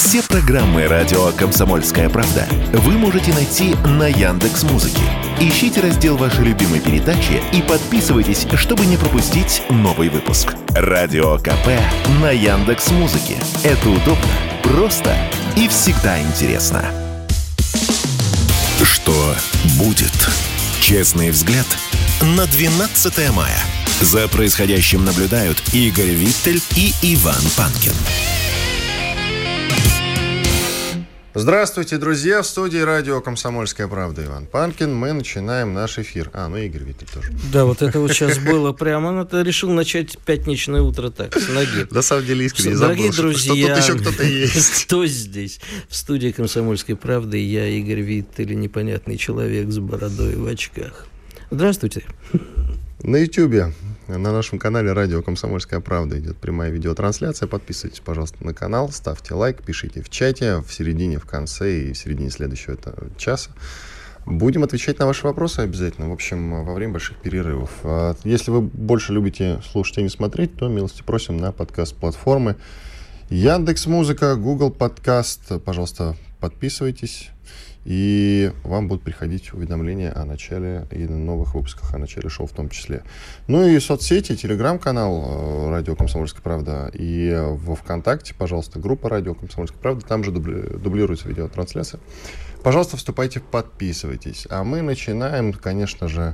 Все программы радио «Комсомольская правда» вы можете найти на Яндекс.Музыке. Ищите раздел вашей любимой передачи и подписывайтесь, чтобы не пропустить новый выпуск. Радио КП на Яндекс.Музыке. Это удобно, просто и всегда интересно. Что будет? Честный взгляд на 12 мая. За происходящим наблюдают Игорь Виттель и Иван Панкин. Здравствуйте, друзья! В студии радио «Комсомольская правда» Иван Панкин. Мы начинаем наш эфир. Игорь Виттель тоже. Да, вот это вот сейчас было прямо. Он решил начать пятничное утро так, с ноги. На самом деле искренне забыл, что тут еще кто-то есть. Кто здесь? В студии «Комсомольской правды» я, Игорь Виттель, непонятный человек с бородой в очках. Здравствуйте. На Ютьюбе, на нашем канале радио «Комсомольская правда» идет прямая видеотрансляция. Подписывайтесь, пожалуйста, на канал, ставьте лайк, пишите в чате, в середине, в конце и в середине следующего часа. Будем отвечать на ваши вопросы обязательно, в общем, во время больших перерывов. Если вы больше любите слушать, а не смотреть, то милости просим на подкаст-платформы Яндекс.Музыка, Google Подкаст. Пожалуйста, подписывайтесь. И вам будут приходить уведомления о начале и новых выпусках, о начале шоу в том числе. Ну и соцсети, телеграм-канал «Радио Комсомольская правда» и во ВКонтакте, пожалуйста, группа «Радио Комсомольская правда». Там же дублируется видеотрансляция. Пожалуйста, вступайте, подписывайтесь. А мы начинаем, конечно же,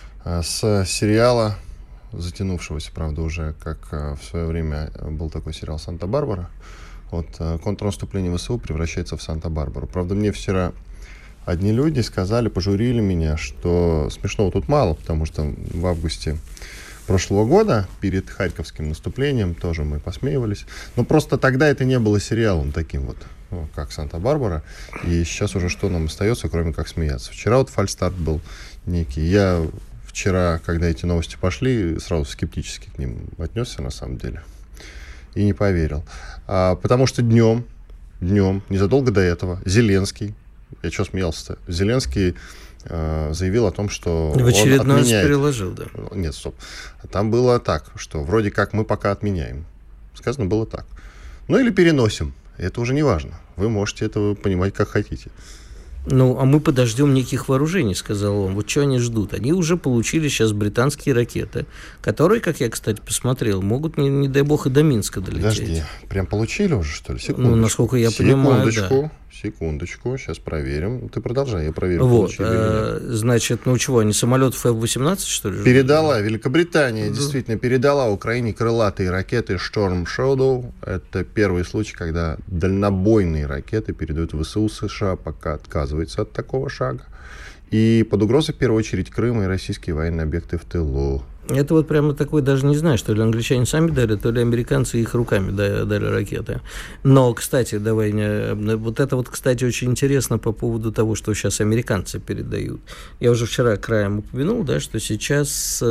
с сериала, затянувшегося, правда, уже, как в свое время был такой сериал «Санта-Барбара». Вот контрнаступление ВСУ превращается в Санта-Барбару. Правда, мне вчера одни люди сказали, пожурили меня, что смешного тут мало, потому что в августе прошлого года, перед Харьковским наступлением, тоже мы посмеивались. Но просто тогда это не было сериалом таким вот, как «Санта-Барбара». И сейчас уже что нам остается, кроме как смеяться. Вчера вот фальстарт был некий. Я вчера, когда эти новости пошли, сразу скептически к ним отнесся, на самом деле. И не поверил. Потому что днем, незадолго до этого, Зеленский, я что смеялся-то, Зеленский заявил о том, что в очередной он раз отменяет. переложил, да. Нет, стоп. Там было так, что вроде как мы пока отменяем. Сказано было так. Или переносим. Это уже не важно. Вы можете это понимать, как хотите. А мы подождем неких вооружений, сказал он. Вот что они ждут? Они уже получили сейчас британские ракеты, которые, как я, кстати, посмотрел, могут, не дай бог, и до Минска долететь. Подожди, прям получили уже, что ли? Секундочку. Насколько я понимаю, да. Секундочку, сейчас проверим. Ты продолжай, я проверю. Вот, значит, они самолетов F-18, что ли? Передала, Великобритания действительно передала Украине крылатые ракеты Storm Shadow. Это первый случай, когда дальнобойные ракеты передают в ВСУ. США пока отказывается от такого шага. И под угрозой, в первую очередь, Крым и российские военные объекты в тылу. Это вот прямо такой, даже не знаю, что ли англичане сами дали, то ли американцы их руками дали ракеты. Но, кстати, вот это вот, кстати, очень интересно по поводу того, что сейчас американцы передают. Я уже вчера краем упомянул, да, что сейчас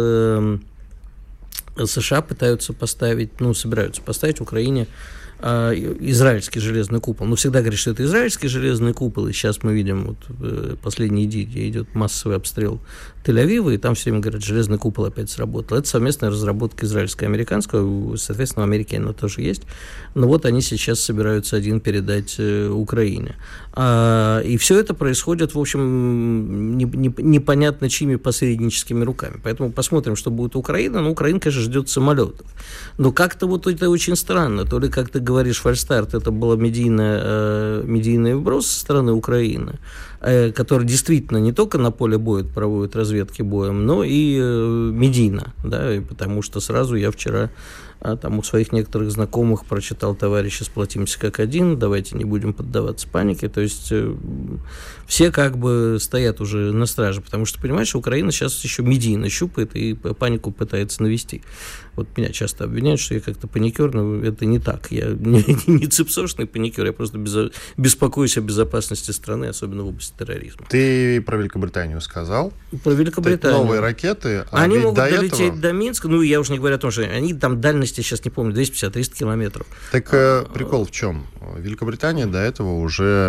США пытаются собираются поставить Украине израильский железный купол. Всегда говорят, что это израильский железный купол, и сейчас мы видим, последний день идет массовый обстрел Тель-Авива, и там все время говорят, железный купол опять сработал. Это совместная разработка израильско-американского, соответственно, в Америке она тоже есть. Но вот они сейчас собираются один передать Украине. И все это происходит, в общем, непонятно чьими посредническими руками. Поэтому посмотрим, что будет Украина. Украина, конечно, ждет самолетов. Но как-то вот это очень странно. То ли, как ты говоришь, фальстарт, это был медийный вброс со стороны Украины, который действительно не только на поле боя проводит разведки боем, но и медийно, да, потому что сразу я вчера там у своих некоторых знакомых прочитал: товарищи, сплотимся как один, давайте не будем поддаваться панике. То есть все как бы стоят уже на страже, потому что, понимаешь, Украина сейчас еще медийно щупает и панику пытается навести. Вот меня часто обвиняют, что я как-то паникер, но это не так. Я не цепсошный паникер, я просто беспокоюсь о безопасности страны, особенно в области терроризма. Ты про Великобританию сказал? Про Великобританию. Новые ракеты. Они могут долететь до Минска, я уже не говорю о том, что они там дальность, я сейчас не помню, 250-300 километров. Так прикол в чем? Великобритания до этого уже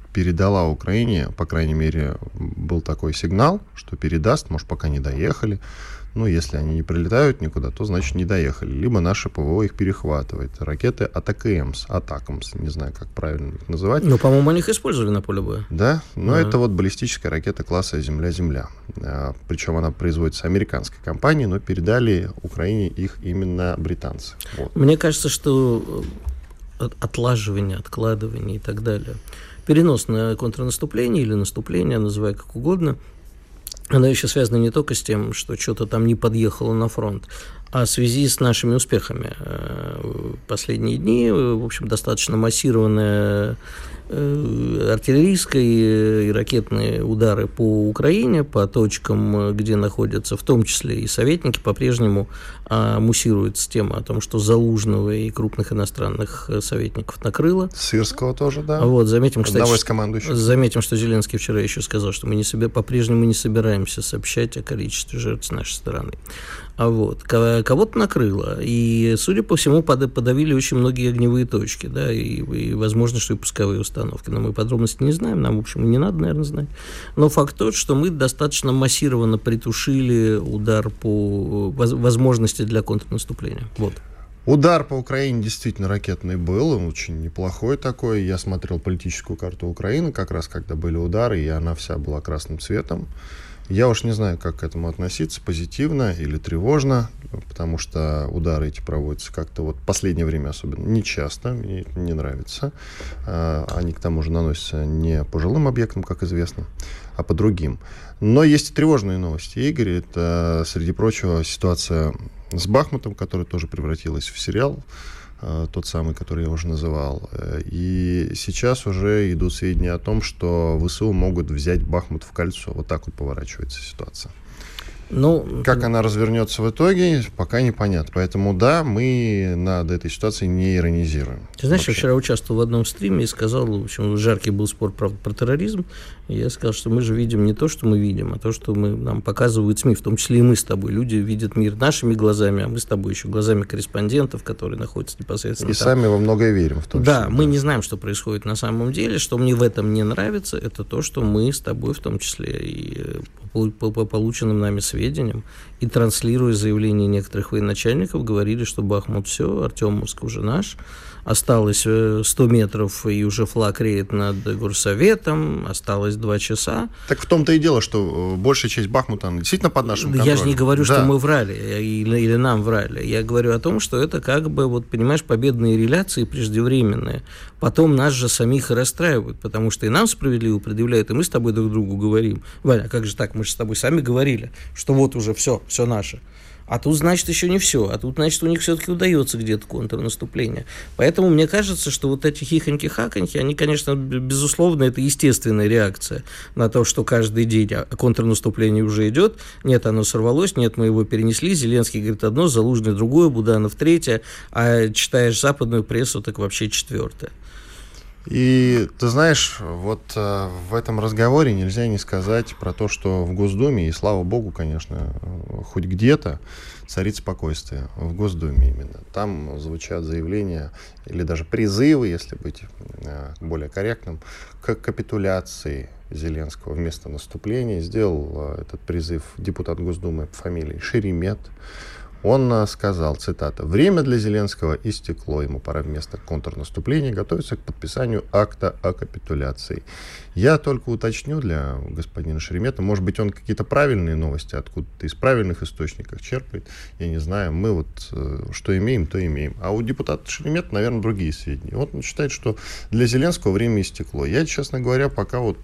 передала Украине, по крайней мере, был такой сигнал, что передаст, может, пока не доехали. Ну, если они не прилетают никуда, то, значит, не доехали. Либо наше ПВО их перехватывает. Ракеты Атакамс, не знаю, как правильно их называть. Ну, по-моему, они их использовали на поле боя. Да, но это вот баллистическая ракета класса «Земля-Земля». Причем она производится американской компанией, но передали Украине их именно британцы. Вот. Мне кажется, что отлаживание, откладывание и так далее, перенос на контрнаступление или наступление, называй как угодно, оно еще связано не только с тем, что что-то там не подъехало на фронт, а в связи с нашими успехами. Последние дни, в общем, достаточно массированная артиллерийские и ракетные удары по Украине, по точкам, где находятся в том числе и советники, по-прежнему муссируется тема о том, что Залужного и крупных иностранных советников накрыло. Сырского тоже, да. Вот, заметим, кстати, заметим, что Зеленский вчера еще сказал, что мы по-прежнему не собираемся сообщать о количестве жертв с нашей стороны. Вот. Кого-то накрыло, и, судя по всему, подавили очень многие огневые точки, да, и возможно, что и пусковые установки. Но мы подробности не знаем, нам, в общем, и не надо, наверное, знать. Но факт тот, что мы достаточно массированно притушили удар по возможности для контрнаступления. Вот. Удар по Украине действительно ракетный был, он очень неплохой такой. Я смотрел политическую карту Украины, как раз когда были удары, и она вся была красным цветом. Я уж не знаю, как к этому относиться, позитивно или тревожно, потому что удары эти проводятся как-то вот в последнее время особенно нечасто, мне это не нравится. Они к тому же наносятся не по жилым объектам, как известно, а по другим. Но есть и тревожные новости, Игорь. Это, среди прочего, ситуация с Бахмутом, которая тоже превратилась в сериал, тот самый, который я уже называл. И сейчас уже идут сведения о том, что ВСУ могут взять Бахмут в кольцо. Вот так вот поворачивается ситуация. Как она развернется в итоге, пока непонятно. Поэтому да, мы над этой ситуацией не иронизируем. Ты знаешь, я вчера участвовал в одном стриме и сказал, в общем, жаркий был спор про терроризм, и я сказал, что мы же видим не то, что мы видим, а то, что нам показывают СМИ, в том числе и мы с тобой. Люди видят мир нашими глазами, а мы с тобой еще глазами корреспондентов, которые находятся непосредственно и там. сами во многое верим в том числе. Да, мы не знаем, что происходит на самом деле. Что мне в этом не нравится, это то, что мы с тобой в том числе и по полученным нами сведениям и транслируя заявления некоторых военачальников, говорили, что Бахмут все, Артемовск уже наш, осталось 100 метров, и уже флаг реет над горсоветом, осталось 2 часа. Так в том-то и дело, что большая часть Бахмута действительно под нашим контролем. Я же не говорю, что мы врали, или нам врали. Я говорю о том, что это как бы, вот, понимаешь, победные реляции преждевременные. Потом нас же самих и расстраивают, потому что и нам справедливо предъявляют, и мы с тобой друг другу говорим: Валя, а как же так, мы же с тобой сами говорили, что вот уже все наше. А тут, значит, еще не все. А тут, значит, у них все-таки удается где-то контрнаступление. Поэтому мне кажется, что вот эти хихоньки-хаконьки, они, конечно, безусловно, это естественная реакция на то, что каждый день контрнаступление уже идет. Нет, оно сорвалось, нет, мы его перенесли. Зеленский говорит одно, Залужный другое, Буданов третье. А читаешь западную прессу, так вообще четвертое. И ты знаешь, вот в этом разговоре нельзя не сказать про то, что в Госдуме, и слава богу, конечно, хоть где-то царит спокойствие. В Госдуме именно. Там звучат заявления или даже призывы, если быть более корректным, к капитуляции Зеленского вместо наступления. Сделал этот призыв депутат Госдумы по фамилии Шеремет. Он сказал, цитата: «Время для Зеленского истекло, ему пора вместо контрнаступления готовиться к подписанию акта о капитуляции». Я только уточню для господина Шеремета, может быть, он какие-то правильные новости откуда-то из правильных источников черпает, я не знаю, мы вот что имеем, то имеем. А у депутата Шеремета, наверное, другие сведения. Вот он считает, что для Зеленского время истекло. Я, честно говоря, пока вот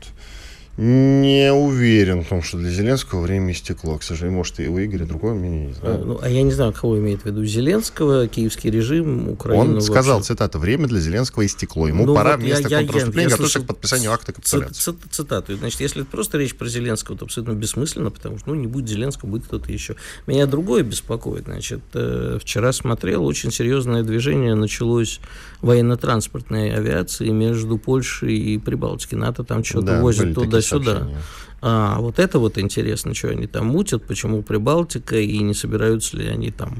не уверен в том, что для Зеленского время истекло. К сожалению, может, и у Игоря другое мнение, не знаю. А я не знаю, кого имеет в виду: Зеленского, киевский режим, Украину. Он сказал, цитата: «Время для Зеленского истекло. Ему пора вместо контрнаступления готовиться к подписанию акта капитуляции». Цитату. Значит, если это просто речь про Зеленского, то абсолютно бессмысленно, потому что не будет Зеленского, будет кто-то еще. Меня другое беспокоит. Значит, вчера смотрел, очень серьезное движение началось военно-транспортной авиации между Польшей и Прибалтикой. НАТО там что-то возит туда-сюда. А вот это вот интересно, что они там мутят, почему Прибалтика, и не собираются ли они там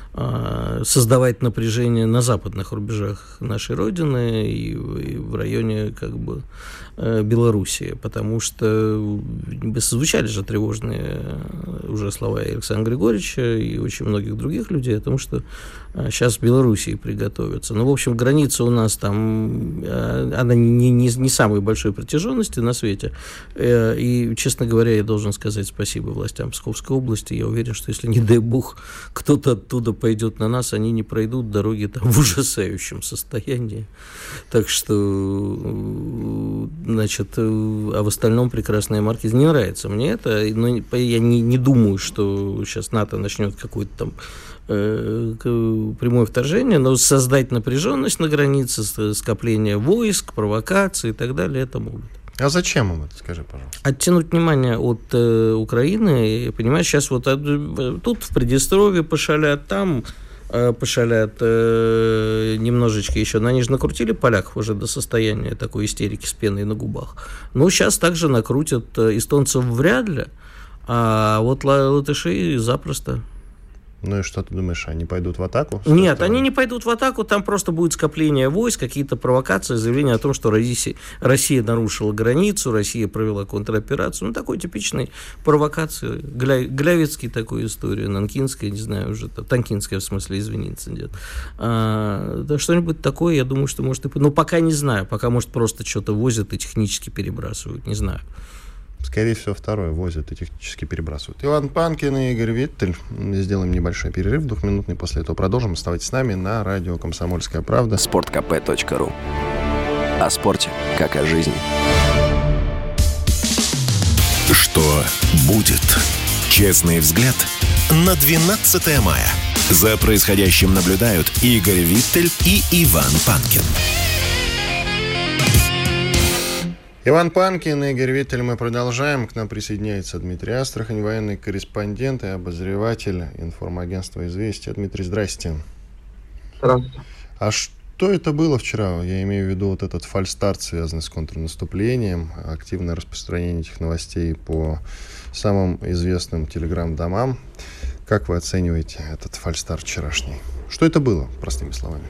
создавать напряжение на западных рубежах нашей Родины и в районе как бы Белоруссии, потому что звучали же тревожные уже слова Александра Григорьевича и очень многих других людей о том, что сейчас в Белоруссии приготовятся. Ну, в общем, граница у нас там, она не самой большой протяженности на свете, и, честно говоря, я должен сказать спасибо властям Псковской области. Я уверен, что если, не дай бог, кто-то оттуда пойдет на нас, они не пройдут дороги там в ужасающем состоянии. Так что, значит, а в остальном прекрасная маркиза. Не нравится мне это, но я не думаю, что сейчас НАТО начнет какое-то там прямое вторжение, но создать напряженность на границе, скопление войск, провокации и так далее, это могут. А зачем им это, скажи, пожалуйста? Оттянуть внимание от Украины. Понимаешь, сейчас вот тут в Приднестровье пошалят, там пошалят немножечко еще. Но они же накрутили поляков уже до состояния такой истерики с пеной на губах. Ну, сейчас также накрутят эстонцев вряд ли, а вот латышей запросто. Ну и что ты думаешь, они пойдут в атаку? Нет, они не пойдут в атаку, там просто будет скопление войск, какие-то провокации, заявления о том, что Россия нарушила границу, Россия провела контроперацию. Ну, такой типичной провокации, глявецкий такой история, нанкинская, не знаю, уже, танкинская, в смысле, извиниться нет. Да, что-нибудь такое, я думаю, что может... Ну, пока не знаю, пока, может, просто что-то возят и технически перебрасывают, не знаю. Скорее всего, второе возят и технически перебрасывают. Иван Панкин и Игорь Виттель. Сделаем небольшой перерыв, 2-минутный. После этого продолжим. Оставайтесь с нами на радио «Комсомольская правда». sportkp.ru. О спорте, как о жизни. Что будет? Честный взгляд на 12 мая. За происходящим наблюдают Игорь Виттель и Иван Панкин. Иван Панкин и Игорь Виттель. Мы продолжаем. К нам присоединяется Дмитрий Астрахань, военный корреспондент и обозреватель информагентства «Известия». Дмитрий, здрасте. Здравствуйте. А что это было вчера? Я имею в виду вот этот фальстарт, связанный с контрнаступлением, активное распространение этих новостей по самым известным телеграм-домам. Как вы оцениваете этот фальстарт вчерашний? Что это было, простыми словами?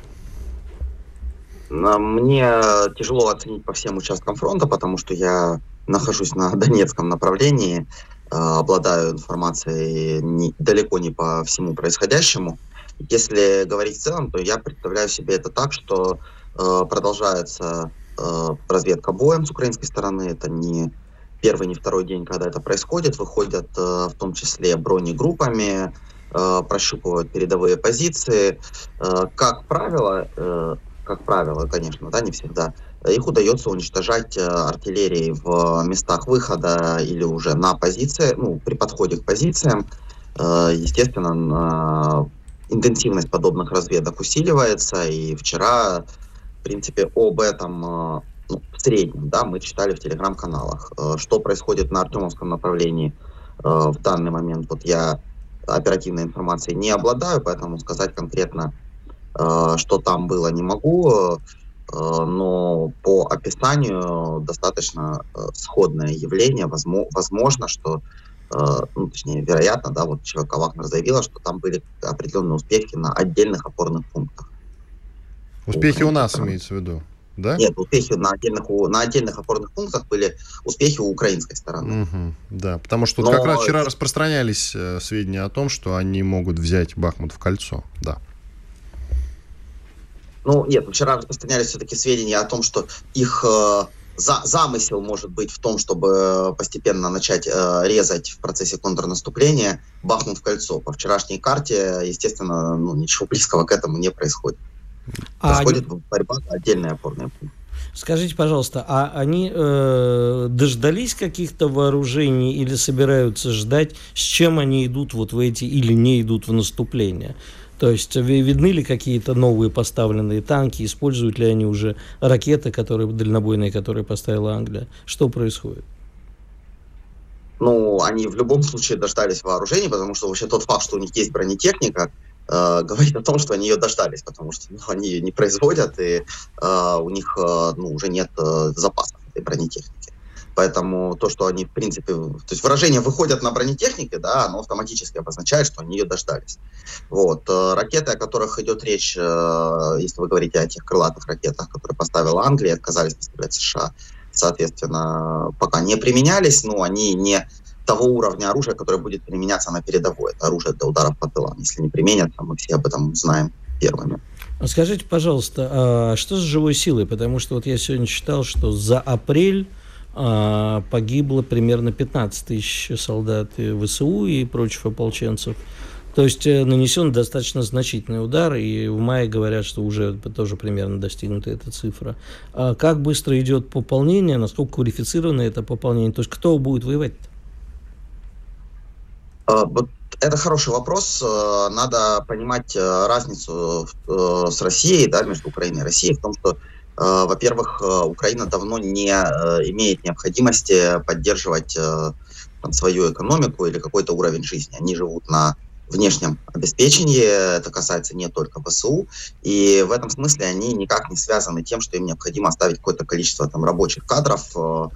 Мне тяжело оценить по всем участкам фронта, потому что я нахожусь на Донецком направлении, обладаю информацией далеко не по всему происходящему. Если говорить в целом, то я представляю себе это так, что продолжается разведка боем с украинской стороны. Это не первый, не второй день, когда это происходит. Выходят в том числе бронегруппами, прощупывают передовые позиции. Как правило, конечно, да, не всегда, их удается уничтожать артиллерией в местах выхода или уже на позиции, ну, при подходе к позициям. Естественно, интенсивность подобных разведок усиливается, и вчера, в принципе, об этом, в среднем, да, мы читали в телеграм-каналах. Что происходит на Артемовском направлении в данный момент, вот я оперативной информацией не обладаю, поэтому сказать конкретно, что там было, не могу, но по описанию достаточно сходное явление. Возможно, что, точнее, вероятно, да, вот ЧВК «Вагнер» заявила, что там были определенные успехи на отдельных опорных пунктах. Успехи у нас имеется в виду, да? Нет, успехи на отдельных опорных пунктах были успехи у украинской стороны. Угу, да, потому что как раз вчера распространялись сведения о том, что они могут взять Бахмут в кольцо, да. Ну, нет, вчера распространялись все-таки сведения о том, что их замысел может быть в том, чтобы постепенно начать резать в процессе контрнаступления Бахмут в кольцо. По вчерашней карте, естественно, ничего близкого к этому не происходит. Происходит борьба за отдельные опорные пункты. Скажите, пожалуйста, а они дождались каких-то вооружений или собираются ждать, с чем они идут вот в эти или не идут в наступление? То есть видны ли какие-то новые поставленные танки, используют ли они уже ракеты, дальнобойные, которые поставила Англия? Что происходит? Ну, они в любом случае дождались вооружений, потому что вообще тот факт, что у них есть бронетехника, говорит о том, что они ее дождались, потому что они ее не производят, и у них уже нет запасов этой бронетехники. Поэтому то, что они, в принципе, то есть выражение «выходят на бронетехнике», да, оно автоматически обозначает, что они ее дождались. Вот. Ракеты, о которых идет речь, если вы говорите о тех крылатых ракетах, которые поставила Англия, отказались поставлять США, соответственно, пока не применялись, но они не того уровня оружия, которое будет применяться на передовой. Это оружие для ударов по тылам. Если не применятся, мы все об этом знаем первыми. Скажите, пожалуйста, а что с живой силой? Потому что вот я сегодня читал, что за апрель погибло примерно 15 тысяч солдат ВСУ и прочих ополченцев. То есть нанесен достаточно значительный удар, и в мае говорят, что уже тоже примерно достигнута эта цифра. А как быстро идет пополнение, насколько квалифицировано это пополнение? То есть кто будет воевать-то? Это хороший вопрос. Надо понимать разницу с Россией, да, между Украиной и Россией в том, что, во-первых, Украина давно не имеет необходимости поддерживать там, свою экономику или какой-то уровень жизни. Они живут на внешнем обеспечении, это касается не только ВСУ, и в этом смысле они никак не связаны тем, что им необходимо оставить какое-то количество там, рабочих кадров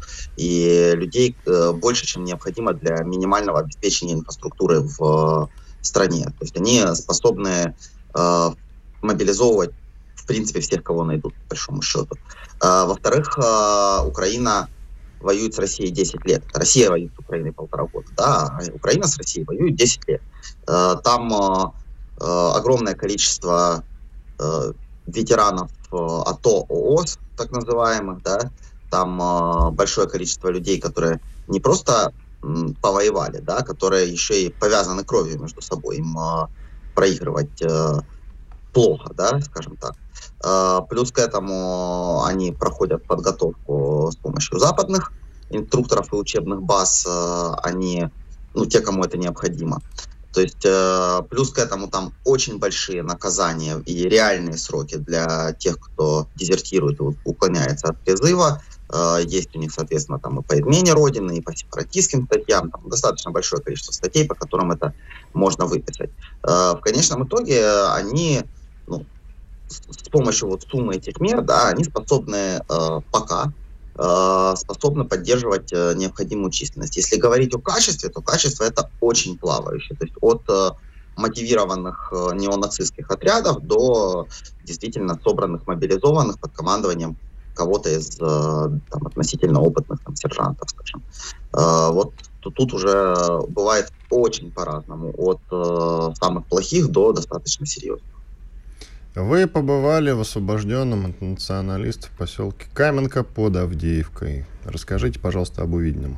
и людей больше, чем необходимо для минимального обеспечения инфраструктуры в стране. То есть они способны мобилизовывать, в принципе, всех, кого найдут, по большому счету. Во-вторых, Украина воюет с Россией 10 лет. Россия воюет с Украиной 1,5 года, да, а Украина с Россией воюет 10 лет. Там огромное количество ветеранов АТО, ООС, так называемых, да, там большое количество людей, которые не просто повоевали, да, которые еще и повязаны кровью между собой, им проигрывать плохо, да, скажем так. Плюс к этому они проходят подготовку с помощью западных инструкторов и учебных баз, они, ну, те, кому это необходимо. То есть плюс к этому там очень большие наказания и реальные сроки для тех, кто дезертирует и уклоняется от призыва. Есть у них, соответственно, там и по измене Родины, и по сепаратистским статьям. Там достаточно большое количество статей, по которым это можно выписать. В конечном итоге они, ну, с помощью вот суммы этих мер, да, они способны пока способны поддерживать необходимую численность. Если говорить о качестве, то качество это очень плавающее. То есть от мотивированных неонацистских отрядов до действительно собранных, мобилизованных под командованием кого-то из там, относительно опытных там, сержантов, скажем. Вот тут уже бывает очень по-разному. От самых плохих до достаточно серьезных. Вы побывали в освобожденном от националистов поселке Каменка под Авдеевкой. Расскажите, пожалуйста, об увиденном.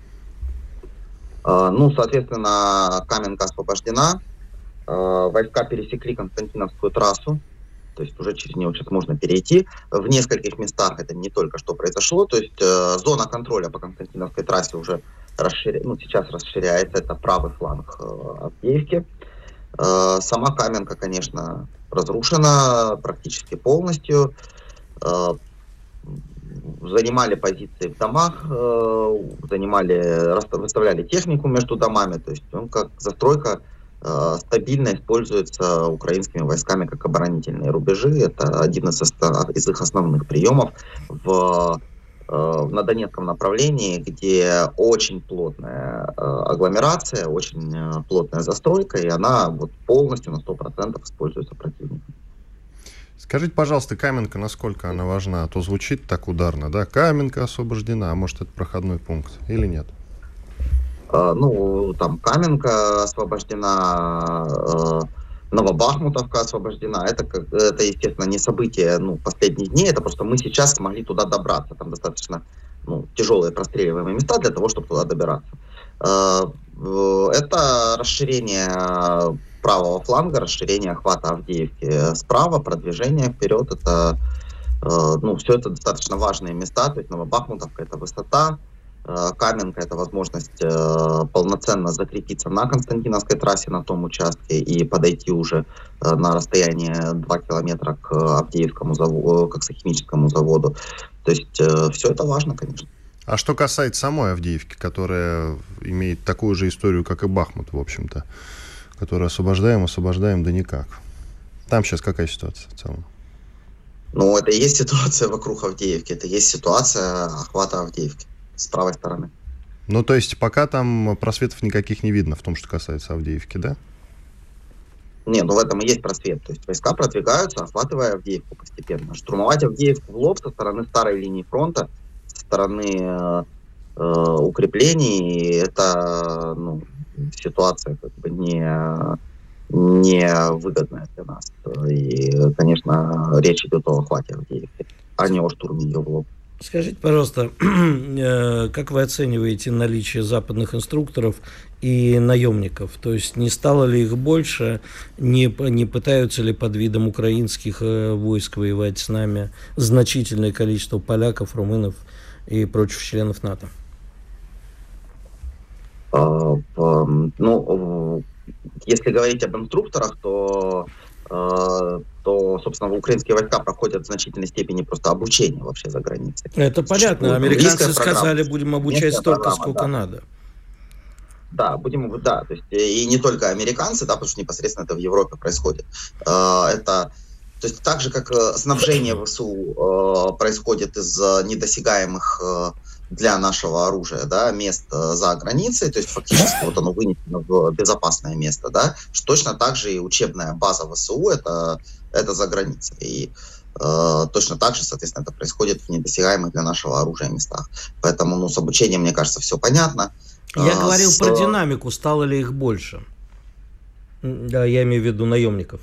Ну, соответственно, Каменка освобождена. Войска пересекли Константиновскую трассу. То есть уже через нее сейчас можно перейти. В нескольких местах это не только что произошло. То есть зона контроля по Константиновской трассе уже сейчас расширяется. Это правый фланг Авдеевки. Сама Каменка, конечно, разрушена практически полностью. Занимали позиции в домах, выставляли технику между домами. То есть как застройка стабильно используется украинскими войсками как оборонительные рубежи. Это один из их основных приемов на Донецком направлении, где очень плотная агломерация, очень плотная застройка, и она вот полностью на 100% используется противником. Скажите, пожалуйста, Каменка, насколько она важна? А то звучит так ударно, да? Каменка освобождена, а может это проходной пункт или нет? Ну, там Каменка освобождена, Новобахмутовка освобождена. Это, естественно, не событие последних дней, это просто мы сейчас смогли туда добраться. Там достаточно тяжелые простреливаемые места для того, чтобы туда добираться. Это расширение правого фланга, расширение охвата Авдеевки справа, продвижение вперед. Это, все это достаточно важные места. То есть Новобахмутовка — это высота, Каменка — это возможность полноценно закрепиться на Константиновской трассе на том участке и подойти уже на расстояние 2 километра к Авдеевскому заводу, к оксохимическому заводу. То есть все это важно, конечно. А что касается самой Авдеевки, которая имеет такую же историю, как и Бахмут, в общем-то, которую освобождаем, да никак. Там сейчас какая ситуация в целом? Это и есть ситуация вокруг Авдеевки, это и есть ситуация охвата Авдеевки. с правой стороны. Ну, то есть пока там просветов никаких не видно в том, что касается Авдеевки, да? Не, ну в этом и есть просвет. То есть войска продвигаются, охватывая Авдеевку постепенно. Штурмовать Авдеевку в лоб со стороны старой линии фронта, со стороны укреплений, это ситуация как бы не выгодная для нас. И, конечно, речь идет о охвате Авдеевки, а не о штурме ее в лоб. Скажите, пожалуйста, как вы оцениваете наличие западных инструкторов и наемников? То есть не стало ли их больше, не пытаются ли под видом украинских войск воевать с нами значительное количество поляков, румынов и прочих членов НАТО? Если говорить об инструкторах, то, собственно, украинские войска проходят в значительной степени просто обучение вообще за границей. Это понятно. Американцы сказали, будем обучать столько, сколько надо. Да, то есть и не только американцы, да, потому что непосредственно это в Европе происходит. То есть так же, как снабжение ВСУ происходит из недосягаемых для нашего оружия, да, мест за границей, то есть фактически вот оно вынесено в безопасное место, да, точно так же и учебная база ВСУ это за границей. И точно так же, соответственно, это происходит в недосягаемых для нашего оружия местах. Поэтому, с обучением, мне кажется, все понятно. Я говорил про динамику, стало ли их больше? Да, я имею в виду наемников.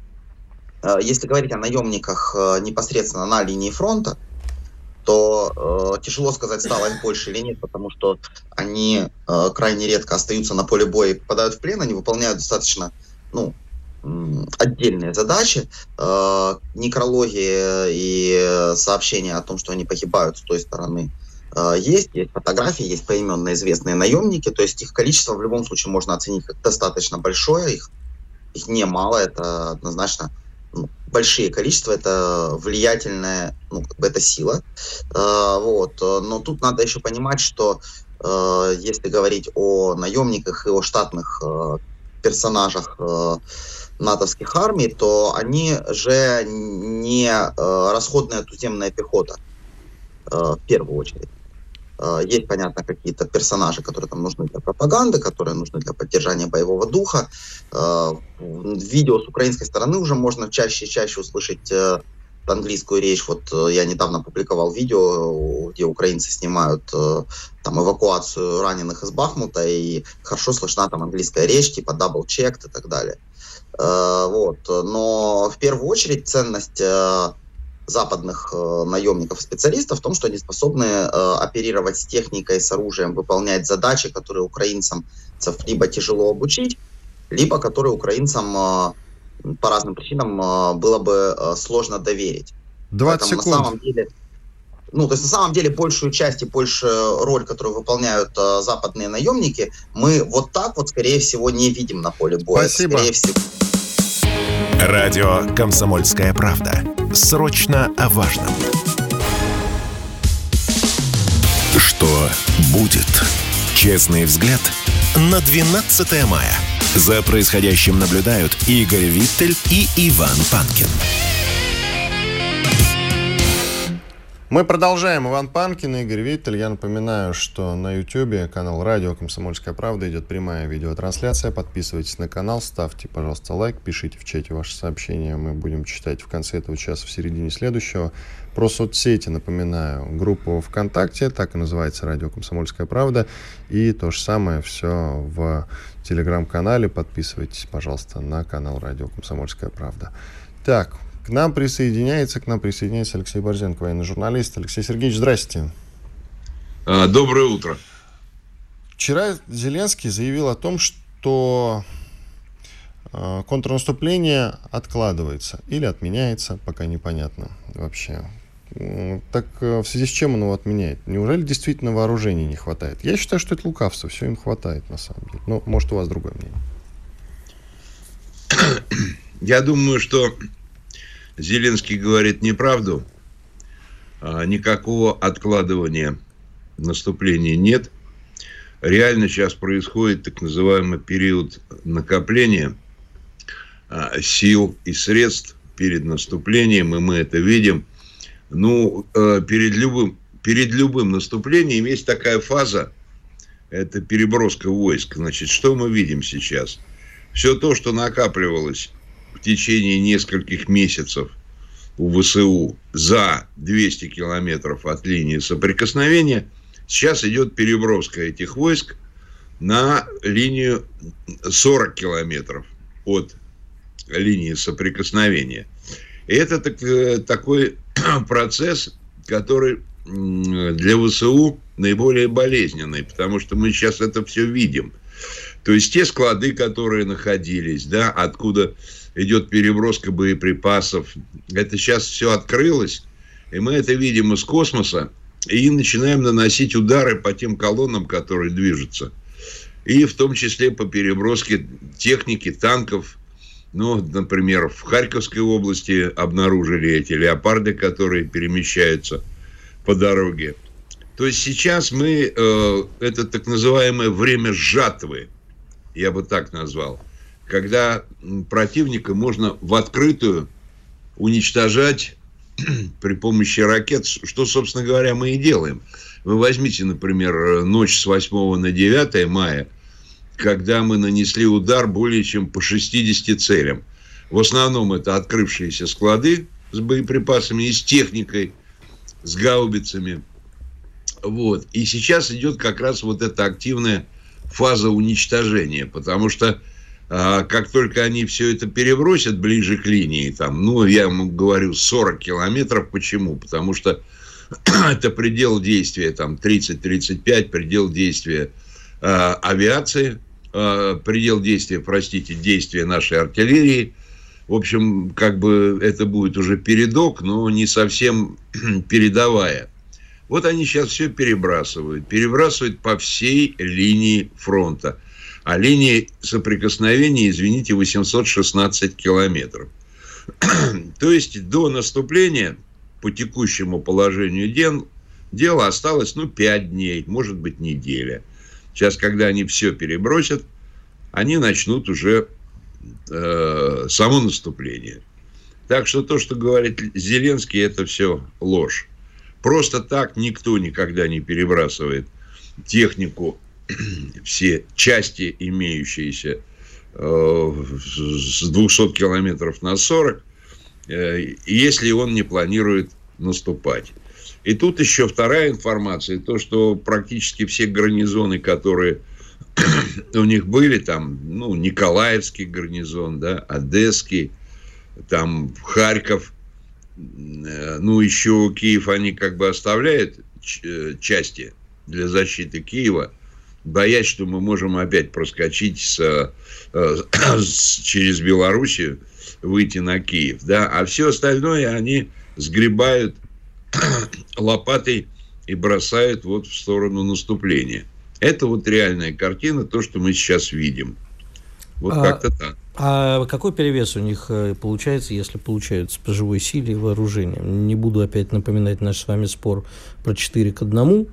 Если говорить о наемниках непосредственно на линии фронта, то тяжело сказать, стало их больше или нет, потому что они крайне редко остаются на поле боя и попадают в плен, они выполняют достаточно отдельные задачи. Некрологи и сообщения о том, что они погибают с той стороны, есть фотографии, есть поименно известные наемники, то есть их количество в любом случае можно оценить как достаточно большое, их немало, это однозначно большие количества, это влиятельная, это сила. Но тут надо еще понимать, что если говорить о наемниках и о штатных персонажах натовских армий, то они же не расходная туземная пехота в первую очередь. Есть, понятно, какие-то персонажи, которые там нужны для пропаганды, которые нужны для поддержания боевого духа. Видео с украинской стороны уже можно чаще и чаще услышать английскую речь. Вот я недавно публиковал видео, где украинцы снимают там эвакуацию раненых из Бахмута, и хорошо слышна там английская речь, типа double checked и так далее. Но в первую очередь ценность западных наемников и специалистов в том, что они способны оперировать с техникой, с оружием, выполнять задачи, которые украинцам либо тяжело обучить, либо которые украинцам по разным причинам было бы сложно доверить. 20 Поэтому секунд. На самом деле большую часть и большую роль, которую выполняют западные наемники, мы вот так вот, скорее всего, не видим на поле боя. Спасибо. Скорее всего. Радио «Комсомольская правда». Срочно о важном. Что будет? Честный взгляд на 12 мая. За происходящим наблюдают Игорь Виттель и Иван Панкин. Мы продолжаем. Иван Панкин, Игорь Виттель. Я напоминаю, что на YouTube канал «Радио Комсомольская правда» идет прямая видеотрансляция. Подписывайтесь на канал, ставьте, пожалуйста, лайк, пишите в чате ваши сообщения. Мы будем читать в конце этого часа, в середине следующего. Про соцсети напоминаю. Группу ВКонтакте, так и называется «Радио Комсомольская правда». И то же самое все в Телеграм-канале. Подписывайтесь, пожалуйста, на канал «Радио Комсомольская правда». Так, К нам присоединяется Алексей Борзенко, военный журналист. Алексей Сергеевич, здрасте. Доброе утро. Вчера Зеленский заявил о том, что контрнаступление откладывается или отменяется, пока непонятно вообще. Так в связи с чем он его отменяет? Неужели действительно вооружений не хватает? Я считаю, что это лукавство, все им хватает на самом деле. Но может у вас другое мнение. Я думаю, что Зеленский говорит неправду. Никакого откладывания наступления нет. Реально сейчас происходит так называемый период накопления сил и средств перед наступлением, и мы это видим. Перед перед любым наступлением есть такая фаза, это переброска войск. Значит, что мы видим сейчас? Все то, что накапливалось в течение нескольких месяцев у ВСУ за 200 километров от линии соприкосновения, сейчас идет переброска этих войск на линию 40 километров от линии соприкосновения. И это такой процесс, который для ВСУ наиболее болезненный, потому что мы сейчас это все видим. То есть те склады, которые находились, да, откуда идет переброска боеприпасов, это сейчас все открылось, и мы это видим из космоса, и начинаем наносить удары по тем колоннам, которые движутся. И в том числе по переброске техники, танков. Ну, например, в Харьковской области обнаружили эти леопарды, которые перемещаются по дороге. То есть сейчас мы, это так называемое время жатвы, я бы так назвал, когда противника можно в открытую уничтожать при помощи ракет, что, собственно говоря, мы и делаем. Вы возьмите, например, ночь с 8 на 9 мая, когда мы нанесли удар более чем по 60 целям. В основном это открывшиеся склады с боеприпасами и с техникой, с гаубицами. Вот. И сейчас идет как раз вот эта активная фаза уничтожения, потому что как только они все это перебросят ближе к линии, там, ну, я вам говорю, 40 километров. Почему? Потому что это предел действия, там, 30-35, предел действия авиации, предел действия, простите, действия нашей артиллерии. В общем, как бы это будет уже передок, но не совсем передовая. Вот они сейчас все перебрасывают по всей линии фронта. А линия соприкосновения, извините, 816 километров. То есть до наступления по текущему положению дела осталось, 5 дней, может быть, неделя. Сейчас, когда они все перебросят, они начнут уже само наступление. Так что то, что говорит Зеленский, это все ложь. Просто так никто никогда не перебрасывает технику, все части, имеющиеся с 200 километров на 40, если он не планирует наступать. И тут еще вторая информация, то, что практически все гарнизоны, которые у них были, там, Николаевский гарнизон, да, Одесский, там, Харьков, еще Киев, они как бы оставляют части для защиты Киева, боясь, что мы можем опять проскочить через Белоруссию, выйти на Киев, да, а все остальное они сгребают лопатой и бросают вот в сторону наступления. Это вот реальная картина, то, что мы сейчас видим. Вот как-то так. А какой перевес у них получается, если получается по живой силе и вооружению? Не буду опять напоминать наш с вами спор про 4-1.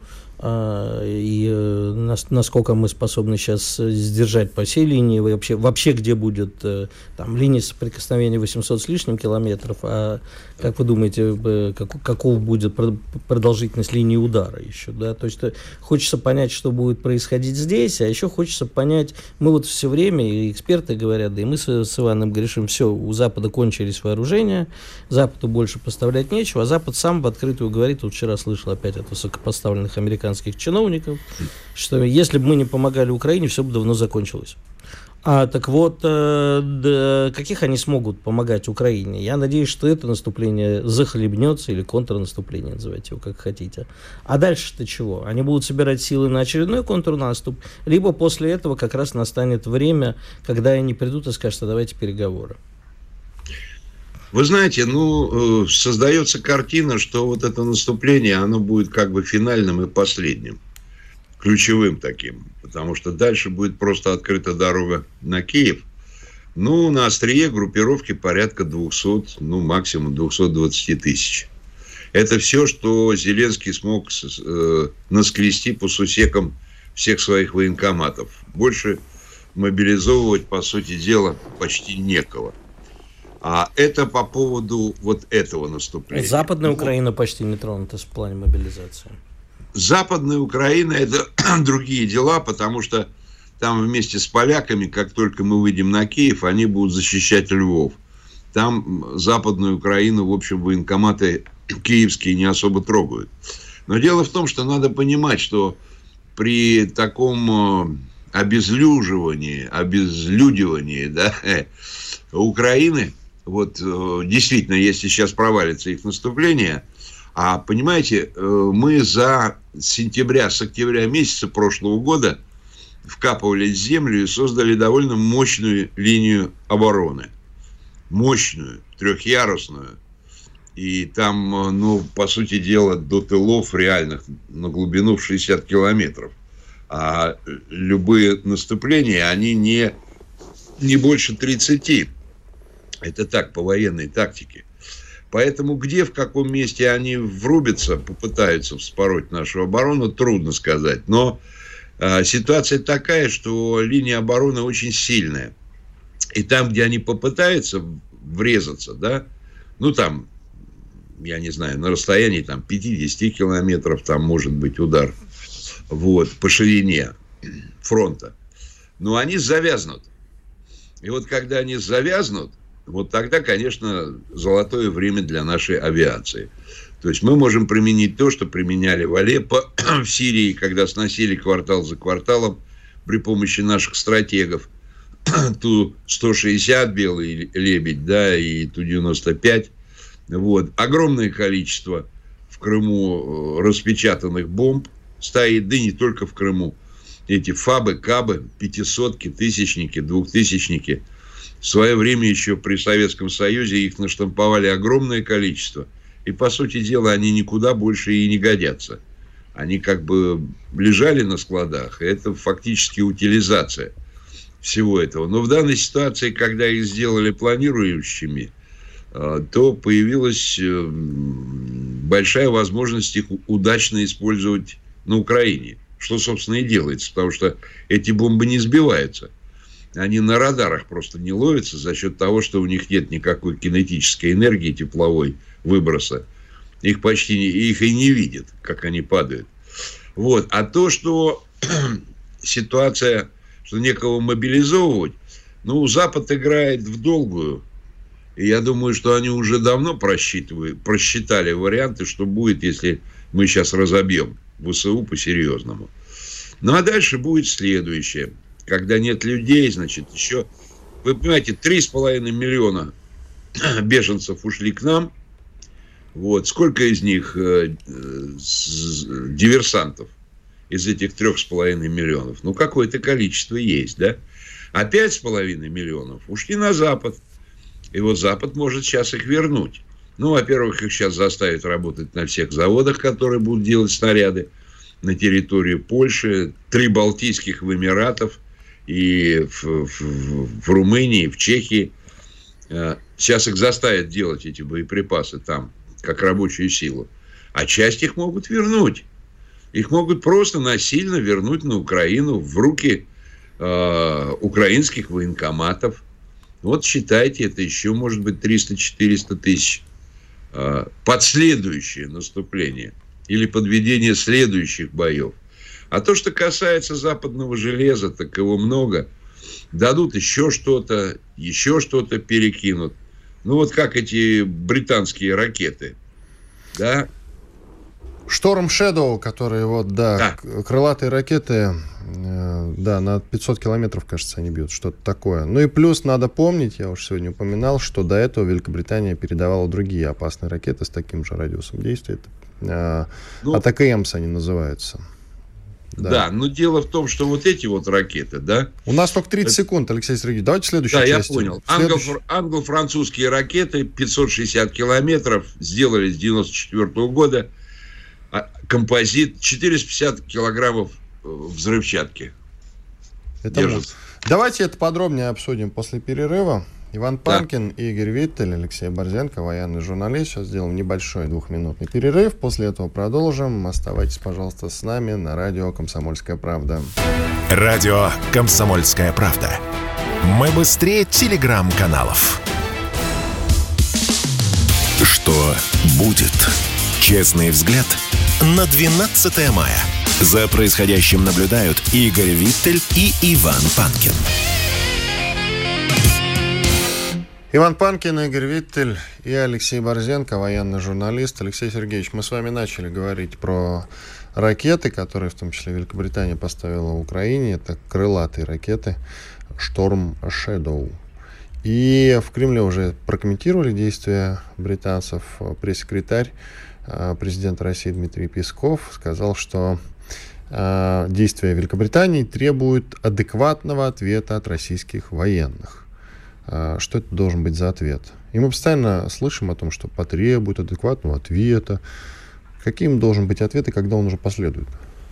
И насколько мы способны сейчас сдержать по всей линии, вообще где будет там линия соприкосновения 800 с лишним километров, а как вы думаете, каков будет продолжительность линии удара еще, да? То есть хочется понять, что будет происходить здесь, а еще хочется понять, мы вот все время, и эксперты говорят, да и мы с Иваном говорим, все, у Запада кончились вооружения, Западу больше поставлять нечего, а Запад сам в открытую говорит, вот вчера слышал опять от высокопоставленных американских чиновников, что если бы мы не помогали Украине, все бы давно закончилось. Так вот, каких они смогут помогать Украине? Я надеюсь, что это наступление захлебнется, или контрнаступление, называйте его как хотите. А дальше-то чего? Они будут собирать силы на очередной контрнаступ, либо после этого как раз настанет время, когда они придут и скажут, что давайте переговоры. Вы знаете, создается картина, что вот это наступление, оно будет как бы финальным и последним. Ключевым таким, потому что дальше будет просто открыта дорога на Киев. На острие группировки порядка 200, максимум 220 тысяч. Это все, что Зеленский смог наскрести по сусекам всех своих военкоматов. Больше мобилизовывать, по сути дела, почти некого. А это по поводу вот этого наступления. Западная Украина почти не тронута в плане мобилизации. Западная Украина – это другие дела, потому что там вместе с поляками, как только мы выйдем на Киев, они будут защищать Львов. Там Западную Украину, в общем, военкоматы киевские не особо трогают. Но дело в том, что надо понимать, что при таком обезлюдивании, да, Украины, вот действительно, если сейчас провалится их наступление, а понимаете, мы с октября месяца прошлого года вкапывались в землю и создали довольно мощную линию обороны. Мощную, трехъярусную. И там, ну, по сути дела, до тылов реальных на глубину в 60 километров. А любые наступления, они не больше 30. Это так, по военной тактике. Поэтому где, в каком месте они врубятся, попытаются вспороть нашу оборону, трудно сказать. Но ситуация такая, что линия обороны очень сильная. И там, где они попытаются врезаться, да, ну там, я не знаю, на расстоянии там 50 километров там может быть удар, вот, по ширине фронта. Но они завязнут. И вот когда они завязнут, вот тогда, конечно, золотое время для нашей авиации. То есть мы можем применить то, что применяли в Алеппо, в Сирии, когда сносили квартал за кварталом при помощи наших стратегов. Ту-160 «Белый лебедь», да, и Ту-95. Вот. Огромное количество в Крыму распечатанных бомб стоит, да и не только в Крыму. Эти ФАБы, КАБы, 500-ки, 1000-ники, 2000-ники. В свое время еще при Советском Союзе их наштамповали огромное количество. И, по сути дела, они никуда больше и не годятся. Они как бы лежали на складах. И это фактически утилизация всего этого. Но в данной ситуации, когда их сделали планирующими, то появилась большая возможность их удачно использовать на Украине. Что, собственно, и делается. Потому что эти бомбы не сбиваются. Они на радарах просто не ловятся за счет того, что у них нет никакой кинетической энергии тепловой выброса. Их и не видят, как они падают. Вот. А то, что ситуация, что некого мобилизовывать, ну, Запад играет в долгую. И я думаю, что они уже давно просчитали варианты, что будет, если мы сейчас разобьем ВСУ по-серьезному. Ну, а дальше будет следующее. Когда нет людей, значит, еще... Вы понимаете, 3,5 миллиона беженцев ушли к нам. Вот. Сколько из них диверсантов из этих 3,5 миллионов? Ну, какое-то количество есть, да? А 5,5 миллионов ушли на Запад. И вот Запад может сейчас их вернуть. Ну, во-первых, их сейчас заставят работать на всех заводах, которые будут делать снаряды на территории Польши, 3 балтийских в Эмиратах и в Румынии, в Чехии. Сейчас их заставят делать эти боеприпасы там, как рабочую силу. А часть их могут вернуть. Их могут просто насильно вернуть на Украину в руки украинских военкоматов. Вот считайте, это еще может быть 300-400 тысяч под следующее наступление или подведение следующих боев. А то, что касается западного железа, так его много. Дадут еще что-то перекинут. Ну, вот как эти британские ракеты. Да? Шторм Shadow, которые вот, да, крылатые ракеты, да, на 500 километров, кажется, они бьют, что-то такое. Ну и плюс надо помнить, я уже сегодня упоминал, что до этого Великобритания передавала другие опасные ракеты с таким же радиусом действия. АТКМС они называются. Да, но дело в том, что вот эти вот ракеты, да... У нас только 30 секунд, Алексей Сергеевич. Давайте следующую часть. Да, я понял. Англо-французские ракеты 560 километров сделали с 1994 года. Композит 450 килограммов взрывчатки. Давайте это подробнее обсудим после перерыва. Иван Панкин, Игорь Виттель, Алексей Борзенко, военный журналист. Сейчас сделаем небольшой 2-минутный перерыв. После этого продолжим. Оставайтесь, пожалуйста, с нами на радио «Комсомольская правда». Радио «Комсомольская правда». Мы быстрее телеграм-каналов. что будет. Честный взгляд на 12 мая. За происходящим наблюдают Игорь Виттель и Иван Панкин. Иван Панкин, Игорь Виттель и Алексей Борзенко, военный журналист. Алексей Сергеевич, мы с вами начали говорить про ракеты, которые в том числе Великобритания поставила в Украине. Это крылатые ракеты Storm Shadow. И в Кремле уже прокомментировали действия британцев. Пресс-секретарь президента России Дмитрий Песков сказал, что действия Великобритании требуют адекватного ответа от российских военных. Что это должен быть за ответ? И мы постоянно слышим о том, что потребует адекватного ответа. Каким должен быть ответ и когда он уже последует?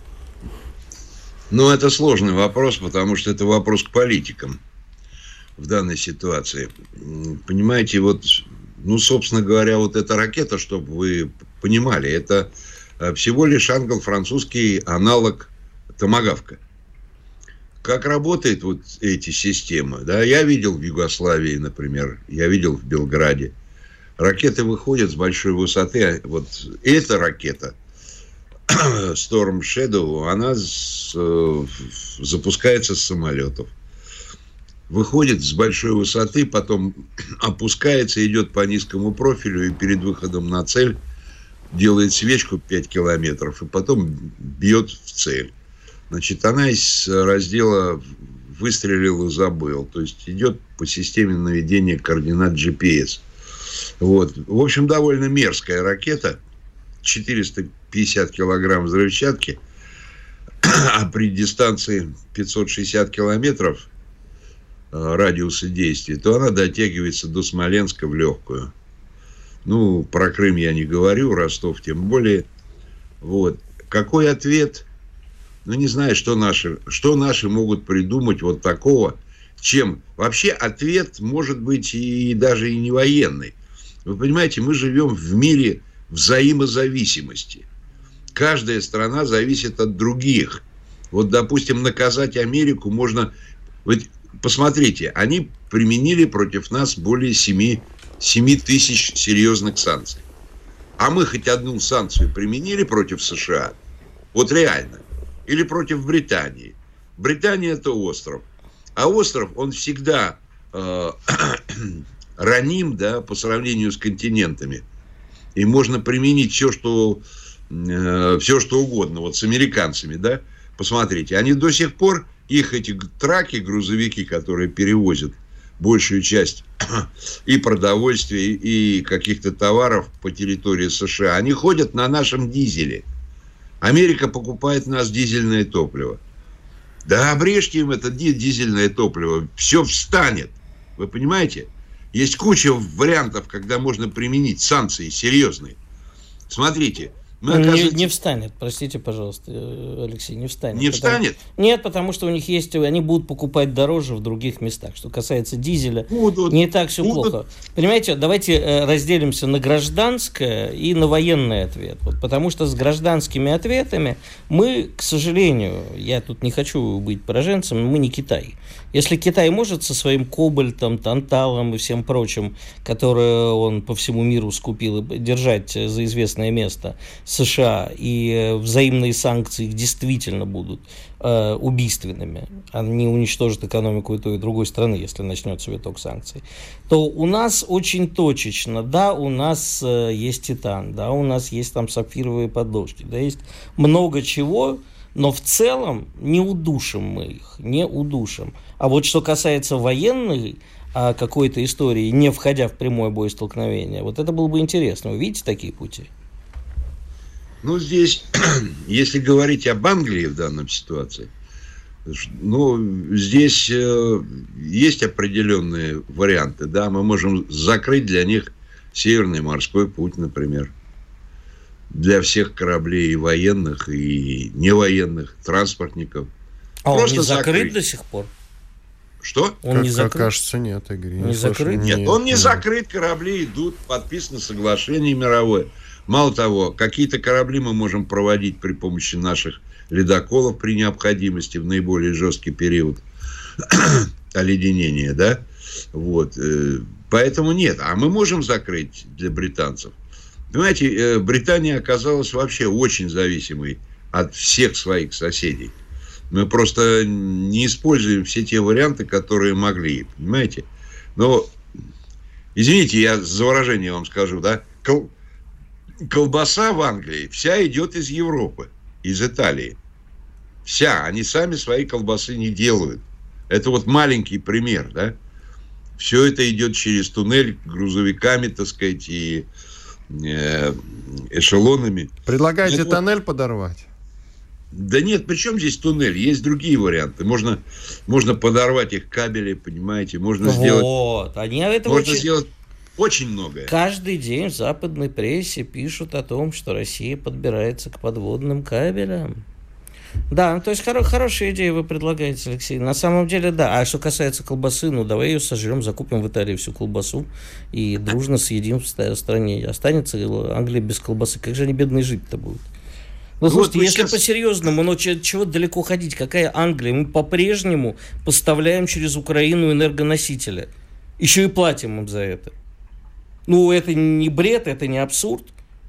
Ну, это сложный вопрос, потому что это вопрос к политикам в данной ситуации. Понимаете, вот, ну, собственно говоря, вот эта ракета, чтобы вы понимали, это всего лишь англо-французский аналог томагавка. Как работают вот эти системы? Да, я видел в Югославии, например, я видел в Белграде. Ракеты выходят с большой высоты. Вот эта ракета, Storm Shadow, она запускается с самолетов. Выходит с большой высоты, потом опускается, идет по низкому профилю и перед выходом на цель делает свечку 5 километров и потом бьет в цель. Значит, она из раздела «выстрелил и забыл». То есть, идет по системе наведения координат GPS. Вот. В общем, довольно мерзкая ракета. 450 килограмм взрывчатки. А при дистанции 560 километров радиуса действия, то она дотягивается до Смоленска в легкую. Ну, про Крым я не говорю, Ростов тем более. Вот. Какой ответ? Ну, не знаю, что наши могут придумать вот такого, чем... Вообще ответ может быть и даже и не военный. Вы понимаете, мы живем в мире взаимозависимости. Каждая страна зависит от других. Вот, допустим, наказать Америку можно... Вот, посмотрите, они применили против нас более 7 тысяч серьезных санкций. А мы хоть одну санкцию применили против США? Вот реально. Или против Британии. Британия – это остров. А остров, он всегда раним, да, по сравнению с континентами. И можно применить все, что угодно. Вот с американцами, да. Посмотрите, они до сих пор, их эти траки, грузовики, которые перевозят большую часть и продовольствия, и каких-то товаров по территории США, они ходят на нашем дизеле. Америка покупает у нас дизельное топливо. Да обрежьте им это дизельное топливо. Все встанет. Вы понимаете? Есть куча вариантов, когда можно применить санкции серьезные. Смотрите. Не встанет, простите, пожалуйста, Алексей, не встанет. Не встанет? Нет, потому что у них есть, они будут покупать дороже в других местах. Что касается дизеля, не так все плохо. Понимаете, давайте разделимся на гражданское и на военный ответ. Вот, потому что с гражданскими ответами мы, к сожалению, я тут не хочу быть пораженцем, мы не Китай. Если Китай может со своим кобальтом, танталом и всем прочим, которое он по всему миру скупил, держать за известное место США, и взаимные санкции действительно будут убийственными, они уничтожат экономику и той, и другой страны, если начнется виток санкций, то у нас очень точечно, да, у нас есть титан, да, у нас есть там сапфировые подложки, да, есть много чего, но в целом не удушим мы их, не удушим. А вот что касается военной какой-то истории, не входя в прямой бой столкновения, вот это было бы интересно. Вы видите такие пути? Ну, здесь, если говорить об Англии в данном ситуации, ну, здесь есть определенные варианты, да, мы можем закрыть для них Северный морской путь, например. Для всех кораблей и военных, и невоенных, транспортников. А просто он не закрыт до сих пор? Что? Он не закрыт? Кажется, нет, Игорь. Не закрыт? Нет, он не закрыт, корабли идут, подписано соглашение мировое. Мало того, какие-то корабли мы можем проводить при помощи наших ледоколов при необходимости в наиболее жесткий период оледенения, да? Вот. Поэтому нет. А мы можем закрыть для британцев. Понимаете, Британия оказалась вообще очень зависимой от всех своих соседей. Мы просто не используем все те варианты, которые могли, понимаете? Но, извините, я за выражение вам скажу, да, колбаса в Англии вся идет из Европы, из Италии. Вся. Они сами свои колбасы не делают. Это вот маленький пример, да. Все это идет через туннель грузовиками, так сказать, и эшелонами. Предлагаете тоннель подорвать? Да нет, при чем здесь туннель? Есть другие варианты. Можно подорвать их кабели, понимаете, можно сделать... Можно сделать очень многое. Каждый день в западной прессе пишут о том, что Россия подбирается к подводным кабелям. Да, то есть хорошая идея вы предлагаете, Алексей. На самом деле, да. А что касается колбасы, давай ее сожрем, закупим в Италии всю колбасу и дружно съедим в стране. Останется Англия без колбасы. Как же они бедные жить-то будут? Слушайте, если по-серьезному, чего далеко ходить? Какая Англия? Мы по-прежнему поставляем через Украину энергоносители. Еще и платим им за это. Это не бред, это не абсурд.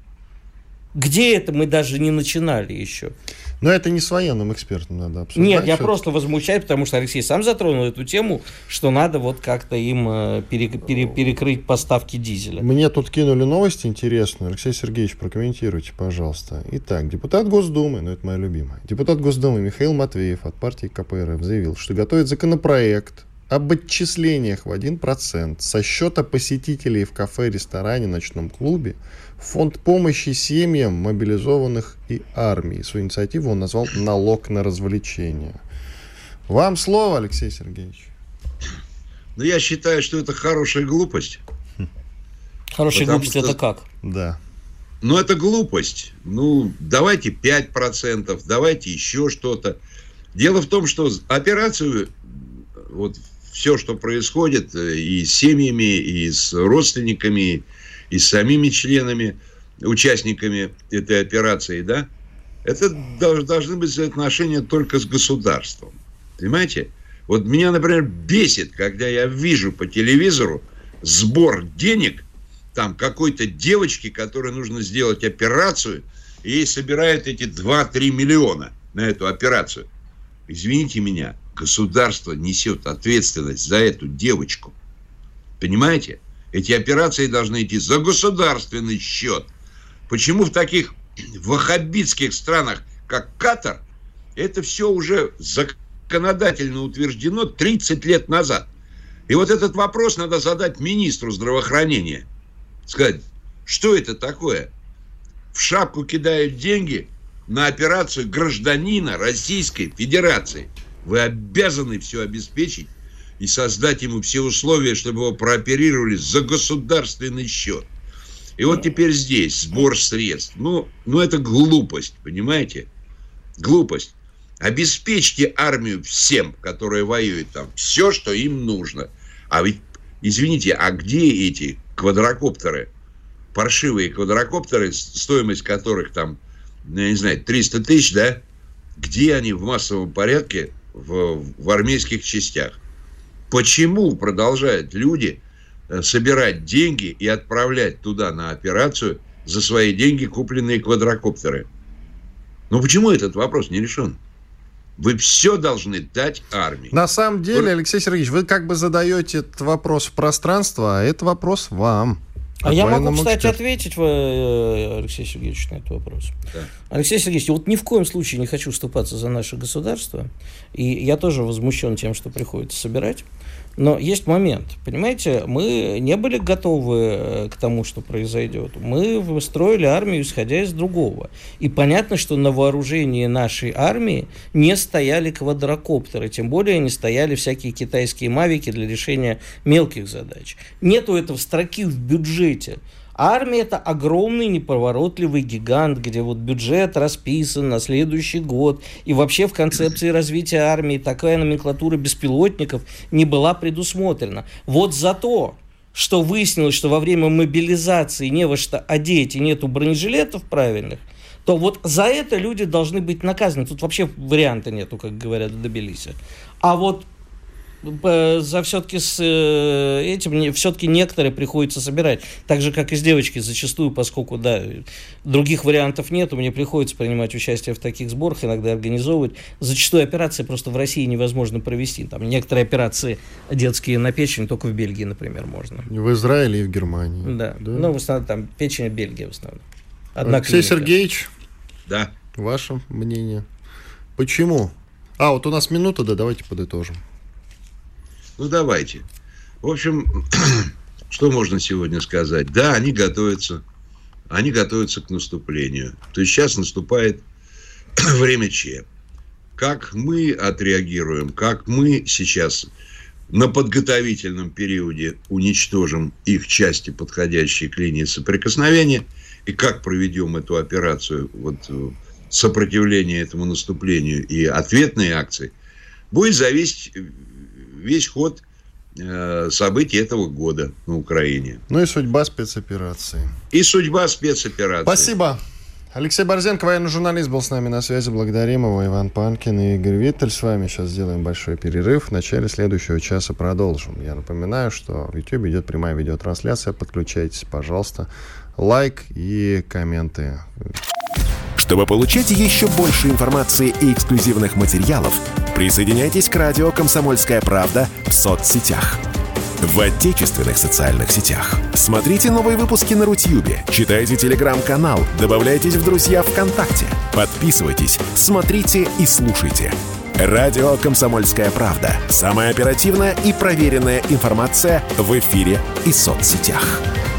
Где это мы даже не начинали еще? Но это не с военным экспертом надо обсуждать. Нет, я просто возмущаюсь, потому что Алексей сам затронул эту тему, что надо как-то им перекрыть поставки дизеля. Мне тут кинули новость интересную. Алексей Сергеевич, прокомментируйте, пожалуйста. Итак, депутат Госдумы, это моя любимая, депутат Госдумы Михаил Матвеев от партии КПРФ заявил, что готовит законопроект об отчислениях в 1% со счета посетителей в кафе, ресторане, ночном клубе в фонд помощи семьям мобилизованных и армии. Свою инициативу он назвал «Налог на развлечения». Вам слово, Алексей Сергеевич. Я считаю, что это хорошая глупость. Хорошая глупость это как? Да. Это глупость. Давайте 5%, давайте еще что-то. Дело в том, что операцию, все, что происходит и с семьями, и с родственниками, и с самими членами, участниками этой операции, да, это должны быть отношения только с государством. Понимаете? Меня, например, бесит, когда я вижу по телевизору сбор денег там какой-то девочке, которой нужно сделать операцию, и ей собирают эти 2-3 миллиона на эту операцию. Извините меня, государство несет ответственность за эту девочку. Понимаете? Эти операции должны идти за государственный счет. Почему в таких ваххабитских странах, как Катар, это все уже законодательно утверждено 30 лет назад? И этот вопрос надо задать министру здравоохранения. Сказать, что это такое? В шапку кидают деньги на операцию гражданина Российской Федерации. Вы обязаны все обеспечить и создать ему все условия, чтобы его прооперировали за государственный счет. И теперь здесь сбор средств. Это глупость, понимаете? Глупость. Обеспечьте армию всем, которые воюют там, все, что им нужно. А ведь, извините, а где эти квадрокоптеры? Паршивые квадрокоптеры, стоимость которых там, я не знаю, 300 тысяч, да? Где они в массовом порядке в армейских частях? Почему продолжают люди собирать деньги и отправлять туда на операцию за свои деньги купленные квадрокоптеры? Почему этот вопрос не решен? Вы все должны дать армии. На самом деле, Алексей Сергеевич, вы задаете этот вопрос в пространство, а это вопрос вам. А я могу, кстати, ответить, Алексей Сергеевич, на этот вопрос. Да. Алексей Сергеевич, ни в коем случае не хочу вступаться за наше государство. И я тоже возмущен тем, что приходится собирать. Но есть момент. Понимаете, мы не были готовы к тому, что произойдет. Мы строили армию, исходя из другого. И понятно, что на вооружении нашей армии не стояли квадрокоптеры. Тем более не стояли всякие китайские мавики для решения мелких задач. Нету этого строки в бюджете. Армия – это огромный неповоротливый гигант, где бюджет расписан на следующий год. И вообще в концепции развития армии такая номенклатура беспилотников не была предусмотрена. За то, что выяснилось, что во время мобилизации не во что одеть и нету бронежилетов правильных, то за это люди должны быть наказаны. Тут вообще варианта нету, как говорят в Тбилиси. А все-таки с этим все-таки некоторые приходится собирать. Так же, как и с девочкой зачастую, поскольку, да, других вариантов нет, мне приходится принимать участие в таких сборах, иногда организовывать. Зачастую операции просто в России невозможно провести. Там некоторые операции детские на печень только в Бельгии, например, можно. В Израиле и в Германии. Да. Ну, в основном там печень, Бельгия в основном. Алексей Сергеевич, да. Ваше мнение? Почему? Вот у нас минута, да, давайте подытожим. Ну, давайте. В общем, что можно сегодня сказать? Да, они готовятся к наступлению. То есть сейчас наступает время Че. Как мы отреагируем, как мы сейчас на подготовительном периоде уничтожим их части, подходящие к линии соприкосновения, и как проведем эту операцию, сопротивление этому наступлению и ответные акции, будет зависеть весь ход событий этого года на Украине. Ну и судьба спецоперации. Спасибо. Алексей Борзенко, военный журналист, был с нами на связи. Благодарим его. Иван Панкин и Игорь Виттель с вами. Сейчас сделаем большой перерыв. В начале следующего часа продолжим. Я напоминаю, что в YouTube идет прямая видеотрансляция. Подключайтесь, пожалуйста. Лайк и комменты. Чтобы получать еще больше информации и эксклюзивных материалов, присоединяйтесь к радио «Комсомольская правда» в соцсетях. В отечественных социальных сетях. Смотрите новые выпуски на Рутьюбе, читайте телеграм-канал, добавляйтесь в друзья ВКонтакте, подписывайтесь, смотрите и слушайте. Радио «Комсомольская правда». Самая оперативная и проверенная информация в эфире и соцсетях.